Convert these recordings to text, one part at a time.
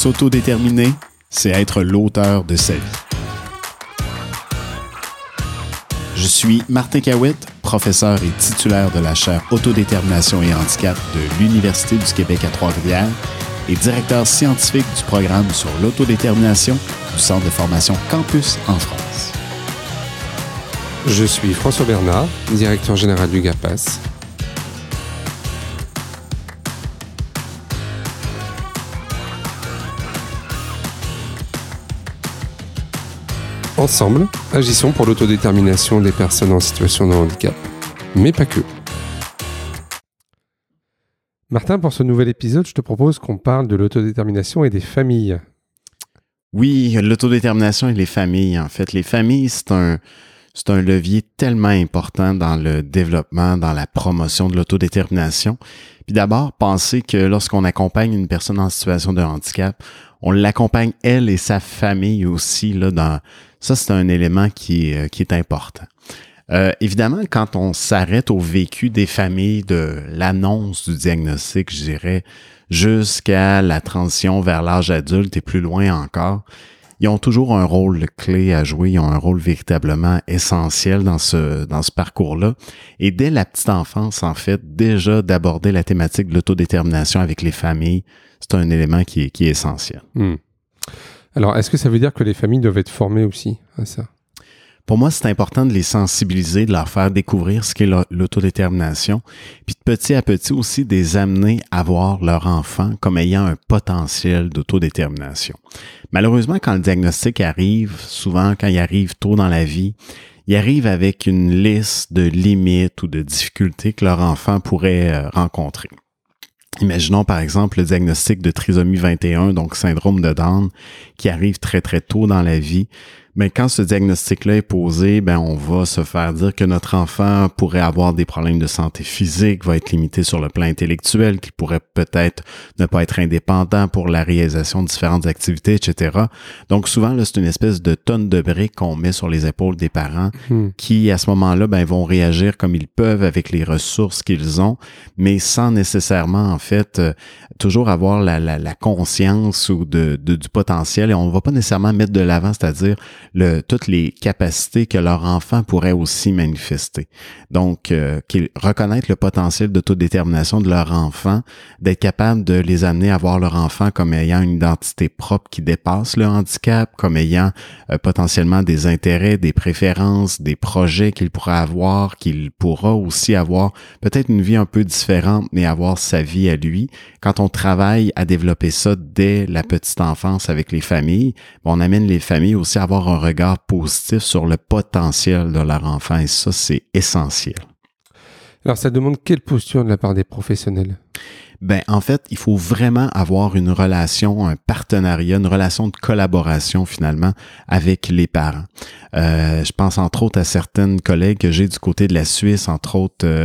S'autodéterminer, c'est être l'auteur de sa vie. Je suis Martin Cahuette, professeur et titulaire de la chaire Autodétermination et handicap de l'Université du Québec à Trois-Rivières et directeur scientifique du programme sur l'autodétermination du Centre de formation Campus en France. Je suis François Bernard, directeur général du GAPAS. Ensemble, agissons pour l'autodétermination des personnes en situation de handicap, mais pas que. Martin, pour ce nouvel épisode, je te propose qu'on parle de l'autodétermination et des familles. Oui, l'autodétermination et les familles. En fait, les familles, c'est un levier tellement important dans le développement, dans la promotion de l'autodétermination. Puis d'abord, pensez que lorsqu'on accompagne une personne en situation de handicap, on l'accompagne elle et sa famille aussi là. Ça, c'est un élément qui est important. Évidemment, quand on s'arrête au vécu des familles de l'annonce du diagnostic, je dirais, jusqu'à la transition vers l'âge adulte et plus loin encore, ils ont toujours un rôle clé à jouer, ils ont un rôle véritablement essentiel dans ce parcours-là. Et dès la petite enfance, en fait, déjà d'aborder la thématique de l'autodétermination avec les familles, c'est un élément qui est essentiel. Alors, est-ce que ça veut dire que les familles doivent être formées aussi à ça? Pour moi, c'est important de les sensibiliser, de leur faire découvrir ce qu'est l'autodétermination, puis de petit à petit aussi de les amener à voir leur enfant comme ayant un potentiel d'autodétermination. Malheureusement, quand le diagnostic arrive, souvent quand il arrive tôt dans la vie, il arrive avec une liste de limites ou de difficultés que leur enfant pourrait rencontrer. Imaginons par exemple le diagnostic de trisomie 21, donc syndrome de Down, qui arrive très très tôt dans la vie. Mais quand ce diagnostic-là est posé, on va se faire dire que notre enfant pourrait avoir des problèmes de santé physique, va être limité sur le plan intellectuel, qu'il pourrait peut-être ne pas être indépendant pour la réalisation de différentes activités, etc. Donc souvent, là, c'est une espèce de tonne de briques qu'on met sur les épaules des parents qui, à ce moment-là, vont réagir comme ils peuvent avec les ressources qu'ils ont, mais sans nécessairement, en fait, toujours avoir la conscience ou du potentiel. Et on ne va pas nécessairement mettre de l'avant, c'est-à-dire toutes les capacités que leur enfant pourrait aussi manifester. Donc, qu'ils reconnaissent le potentiel d'autodétermination de leur enfant, d'être capable de les amener à voir leur enfant comme ayant une identité propre qui dépasse le handicap, comme ayant potentiellement des intérêts, des préférences, des projets qu'il pourra avoir, qu'il pourra aussi avoir peut-être une vie un peu différente, mais avoir sa vie à lui. Quand on travaille à développer ça dès la petite enfance avec les familles, on amène les familles aussi à avoir un regard positif sur le potentiel de leur enfant et ça, c'est essentiel. Alors, ça demande quelle posture de la part des professionnels? En fait, il faut vraiment avoir une relation, un partenariat, une relation de collaboration finalement avec les parents. Je pense entre autres à certaines collègues que j'ai du côté de la Suisse, entre autres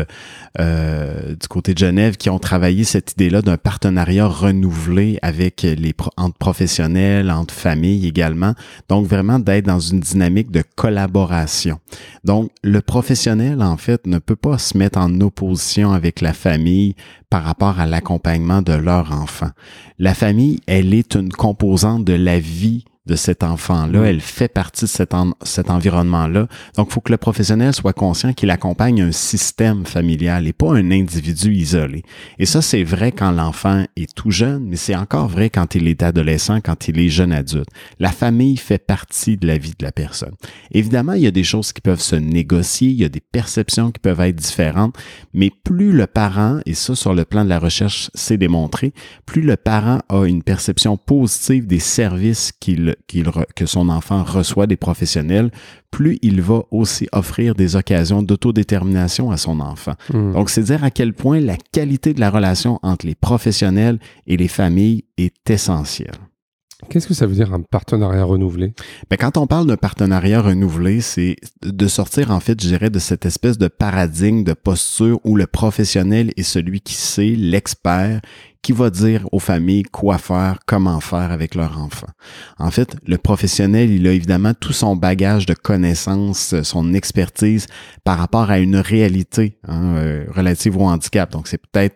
du côté de Genève, qui ont travaillé cette idée-là d'un partenariat renouvelé avec entre professionnels, entre familles également. Donc vraiment d'être dans une dynamique de collaboration. Donc le professionnel en fait ne peut pas se mettre en opposition avec la famille par rapport à l'accompagnement de leur enfant. La famille, elle est une composante de la vie de cet enfant-là. Elle fait partie de cet environnement-là. Donc, il faut que le professionnel soit conscient qu'il accompagne un système familial et pas un individu isolé. Et ça, c'est vrai quand l'enfant est tout jeune, mais c'est encore vrai quand il est adolescent, quand il est jeune adulte. La famille fait partie de la vie de la personne. Évidemment, il y a des choses qui peuvent se négocier, il y a des perceptions qui peuvent être différentes, mais plus le parent, et ça sur le plan de la recherche, c'est démontré, plus le parent a une perception positive des services que son enfant reçoit des professionnels, plus il va aussi offrir des occasions d'autodétermination à son enfant. Donc, c'est dire à quel point la qualité de la relation entre les professionnels et les familles est essentielle. Qu'est-ce que ça veut dire un partenariat renouvelé? Quand on parle d'un partenariat renouvelé, c'est de sortir, en fait, je dirais, de cette espèce de paradigme, de posture où le professionnel est celui qui sait, l'expert, qui va dire aux familles quoi faire, comment faire avec leur enfant. En fait, le professionnel, il a évidemment tout son bagage de connaissances, son expertise par rapport à une réalité relative au handicap. Donc,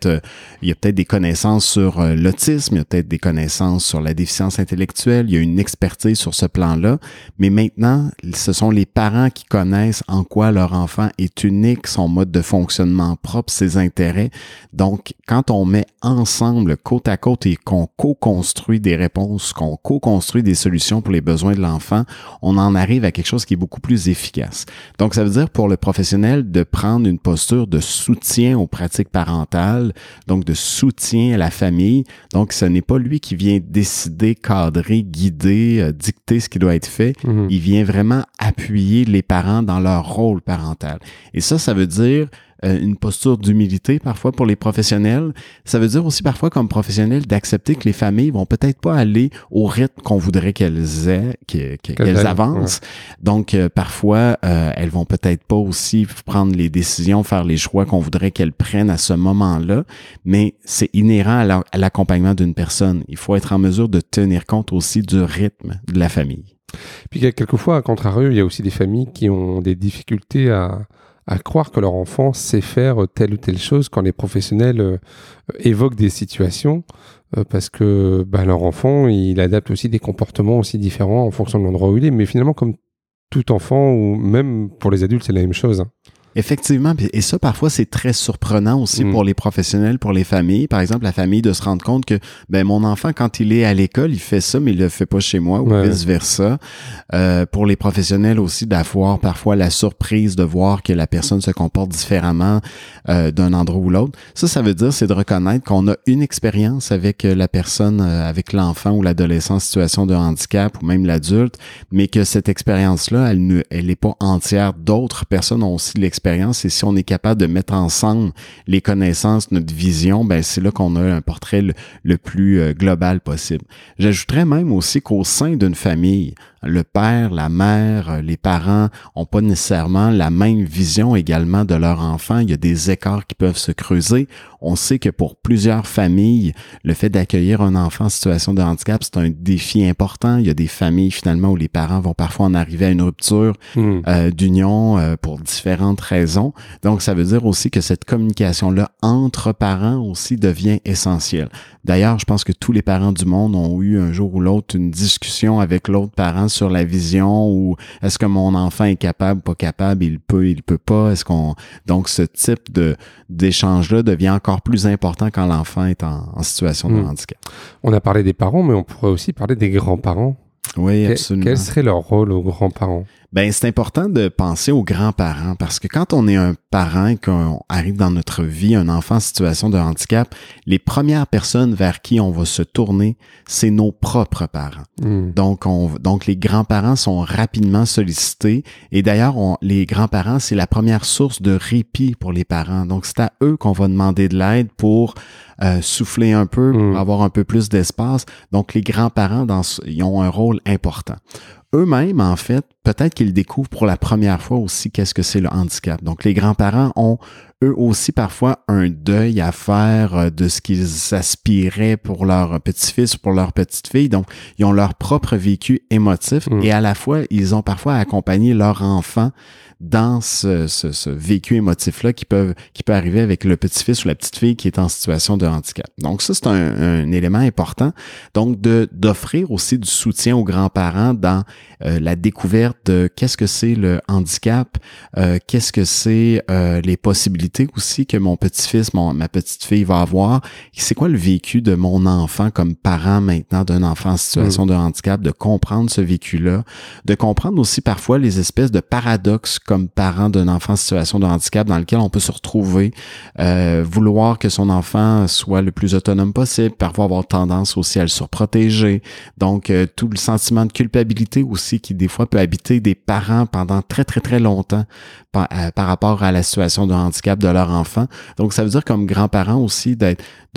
il y a peut-être des connaissances sur l'autisme, il y a peut-être des connaissances sur la déficience intellectuelle, il y a une expertise sur ce plan-là, mais maintenant, ce sont les parents qui connaissent en quoi leur enfant est unique, son mode de fonctionnement propre, ses intérêts. Donc, quand on met ensemble, côte à côte, et qu'on co-construit des réponses, qu'on co-construit des solutions pour les besoins de l'enfant, on en arrive à quelque chose qui est beaucoup plus efficace. Donc, ça veut dire pour le professionnel de prendre une posture de soutien aux pratiques parentales, donc de soutien à la famille. Donc, ce n'est pas lui qui vient décider, cadrer, guider, dicter ce qui doit être fait. Il vient vraiment appuyer les parents dans leur rôle parental. Et ça veut dire une posture d'humilité parfois pour les professionnels. Ça veut dire aussi parfois comme professionnel d'accepter que les familles vont peut-être pas aller au rythme qu'on voudrait qu'elles aient, qu'elles avancent. Ouais. Donc parfois elles vont peut-être pas aussi prendre les décisions, faire les choix qu'on voudrait qu'elles prennent à ce moment-là, mais c'est inhérent à l'accompagnement d'une personne. Il faut être en mesure de tenir compte aussi du rythme de la famille. Puis quelquefois, à contrario, il y a aussi des familles qui ont des difficultés à croire que leur enfant sait faire telle ou telle chose quand les professionnels évoquent des situations parce que leur enfant, il adapte aussi des comportements aussi différents en fonction de l'endroit où il est. Mais finalement, comme tout enfant, ou même pour les adultes, c'est la même chose. Effectivement, et ça parfois c'est très surprenant aussi pour les professionnels, pour les familles. Par exemple, la famille de se rendre compte que mon enfant quand il est à l'école, il fait ça mais il le fait pas chez moi ou vice versa. Pour les professionnels aussi d'avoir parfois la surprise de voir que la personne se comporte différemment d'un endroit ou l'autre. Ça veut dire c'est de reconnaître qu'on a une expérience avec la personne, avec l'enfant ou l'adolescent en situation de handicap ou même l'adulte, mais que cette expérience-là, elle n'est pas entière. D'autres personnes ont aussi l'expérience. Et si on est capable de mettre ensemble les connaissances, notre vision, c'est là qu'on a un portrait le plus global possible. J'ajouterais même aussi qu'au sein d'une famille, le père, la mère, les parents ont pas nécessairement la même vision également de leur enfant. Il y a des écarts qui peuvent se creuser. On sait que pour plusieurs familles, le fait d'accueillir un enfant en situation de handicap, c'est un défi important. Il y a des familles finalement où les parents vont parfois en arriver à une rupture d'union pour différentes raisons. Donc, ça veut dire aussi que cette communication-là entre parents aussi devient essentielle. D'ailleurs, je pense que tous les parents du monde ont eu un jour ou l'autre une discussion avec l'autre parent sur la vision ou est-ce que mon enfant est capable, pas capable, il peut pas, donc ce type d'échange-là devient encore plus important quand l'enfant est en situation de handicap. On a parlé des parents, mais on pourrait aussi parler des grands-parents. Oui, absolument. Quel serait leur rôle aux grands-parents? C'est important de penser aux grands-parents parce que quand on est un parent et qu'on arrive dans notre vie, un enfant en situation de handicap, les premières personnes vers qui on va se tourner, c'est nos propres parents. Donc les grands-parents sont rapidement sollicités et d'ailleurs, les grands-parents, c'est la première source de répit pour les parents. Donc c'est à eux qu'on va demander de l'aide pour souffler un peu, pour avoir un peu plus d'espace. Donc les grands-parents, ils ont un rôle important. Eux-mêmes, en fait, peut-être qu'ils découvrent pour la première fois aussi qu'est-ce que c'est le handicap. Donc, les grands-parents ont eux aussi parfois un deuil à faire de ce qu'ils aspiraient pour leur petit-fils ou pour leur petite-fille. Donc, ils ont leur propre vécu émotif et à la fois, ils ont parfois accompagné leur enfant dans ce vécu émotif-là qui peut arriver avec le petit-fils ou la petite-fille qui est en situation de handicap. Donc ça, c'est un élément important. Donc d'offrir aussi du soutien aux grands-parents dans la découverte de qu'est-ce que c'est le handicap, qu'est-ce que c'est les possibilités aussi que mon petit-fils, ma petite-fille va avoir. C'est quoi le vécu de mon enfant comme parent maintenant d'un enfant en situation de handicap, de comprendre ce vécu-là, de comprendre aussi parfois les espèces de paradoxes comme parent d'un enfant en situation de handicap dans lequel on peut se retrouver, vouloir que son enfant soit le plus autonome possible, parfois avoir tendance aussi à le surprotéger. Donc, tout le sentiment de culpabilité aussi aussi qui des fois peut habiter des parents pendant très, très, très longtemps par rapport à la situation de handicap de leur enfant. Donc, ça veut dire comme grands-parents aussi de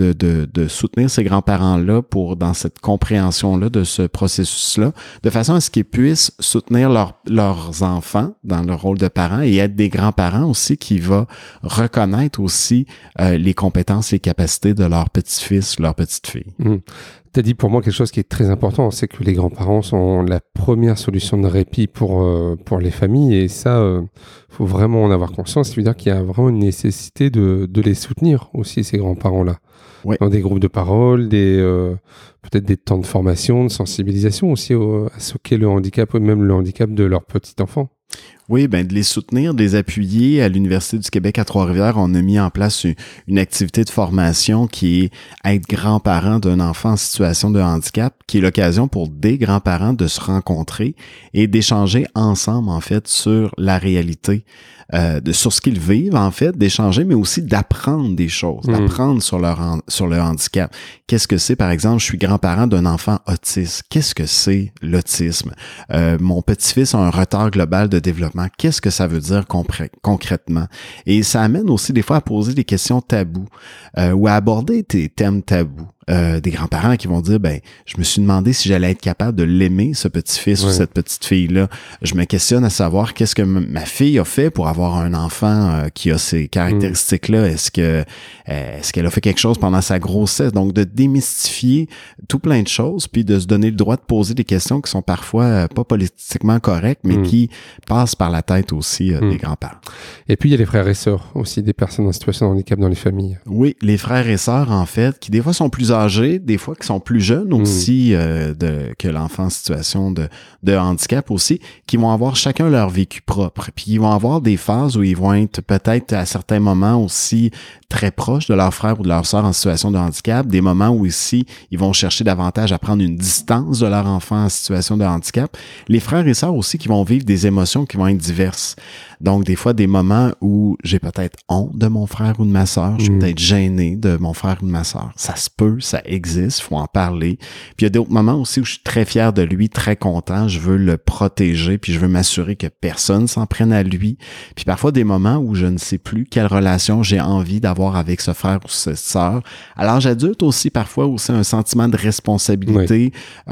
soutenir ces grands-parents-là dans cette compréhension-là de ce processus-là, de façon à ce qu'ils puissent soutenir leurs enfants dans leur rôle de parents et être des grands-parents aussi qui va reconnaître aussi les compétences, les capacités de leur petit-fils, leur petite-fille. Tu as dit pour moi quelque chose qui est très important, c'est que les grands-parents sont la première solution de répit pour les familles, et ça, faut vraiment en avoir conscience. Ça veut dire qu'il y a vraiment une nécessité de les soutenir aussi, ces grands-parents-là. Oui. Dans des groupes de parole, peut-être des temps de formation, de sensibilisation aussi à ce qu'est le handicap, ou même le handicap de leur petit enfant. Oui, de les soutenir, de les appuyer. À l'Université du Québec à Trois-Rivières, on a mis en place une activité de formation qui est être grand-parent d'un enfant en situation de handicap, qui est l'occasion pour des grands-parents de se rencontrer et d'échanger ensemble, en fait, sur la réalité, sur ce qu'ils vivent, en fait, d'échanger, mais aussi d'apprendre des choses, d'apprendre sur le handicap. Qu'est-ce que c'est, par exemple, je suis grand-parent d'un enfant autiste. Qu'est-ce que c'est l'autisme? Mon petit-fils a un retard global de développement. Qu'est-ce que ça veut dire concrètement? Et ça amène aussi des fois à poser des questions tabous ou à aborder des thèmes tabous. Des grands-parents qui vont dire, je me suis demandé si j'allais être capable de l'aimer, ce petit-fils ou cette petite-fille-là. Je me questionne à savoir qu'est-ce que ma fille a fait pour avoir un enfant qui a ces caractéristiques-là. Est-ce qu'elle a fait quelque chose pendant sa grossesse? Donc, de démystifier tout plein de choses, puis de se donner le droit de poser des questions qui sont parfois pas politiquement correctes, mais qui passent par la tête aussi des grands-parents. Et puis, il y a les frères et sœurs aussi, des personnes en situation de handicap dans les familles. Oui, les frères et sœurs, en fait, qui des fois sont plus âgés, des fois qui sont plus jeunes aussi que l'enfant en situation de handicap aussi, qui vont avoir chacun leur vécu propre. Puis ils vont avoir des phases où ils vont être peut-être à certains moments aussi très proches de leur frère ou de leur sœur en situation de handicap, des moments où ici, ils vont chercher davantage à prendre une distance de leur enfant en situation de handicap. Les frères et sœurs aussi qui vont vivre des émotions qui vont être diverses. Donc, des fois, des moments où j'ai peut-être honte de mon frère ou de ma sœur, je suis peut-être gêné de mon frère ou de ma sœur. Ça se peut, ça existe, faut en parler. Puis il y a d'autres moments aussi où je suis très fier de lui, très content, je veux le protéger, puis je veux m'assurer que personne s'en prenne à lui. Puis parfois des moments où je ne sais plus quelle relation j'ai envie d'avoir avec ce frère ou cette sœur. À l'âge adulte aussi, parfois aussi un sentiment de responsabilité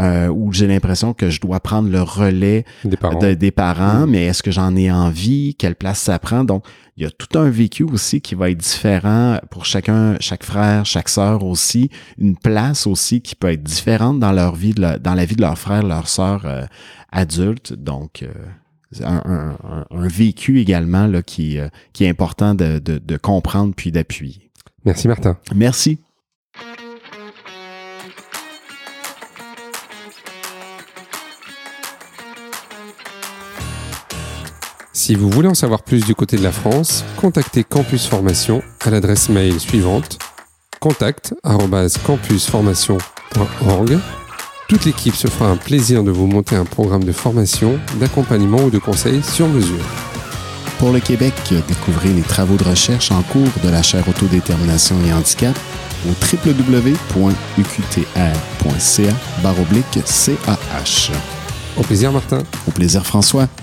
où j'ai l'impression que je dois prendre le relais des parents, mais est-ce que j'en ai envie? Quelle place ça prend? Donc, il y a tout un vécu aussi qui va être différent pour chacun, chaque frère, chaque sœur aussi, une place aussi qui peut être différente dans leur vie, dans la vie de leur frère, leur sœur adulte. Donc, un vécu également là, qui est important de comprendre puis d'appuyer. Merci Martin. Merci. Si vous voulez en savoir plus du côté de la France, contactez Campus Formation à l'adresse mail suivante contact@campusformation.org. Toute l'équipe se fera un plaisir de vous monter un programme de formation, d'accompagnement ou de conseil sur mesure. Pour le Québec, découvrez les travaux de recherche en cours de la chaire Autodétermination et Handicap au www.uqtr.ca/CAH. Au plaisir Martin. Au plaisir François.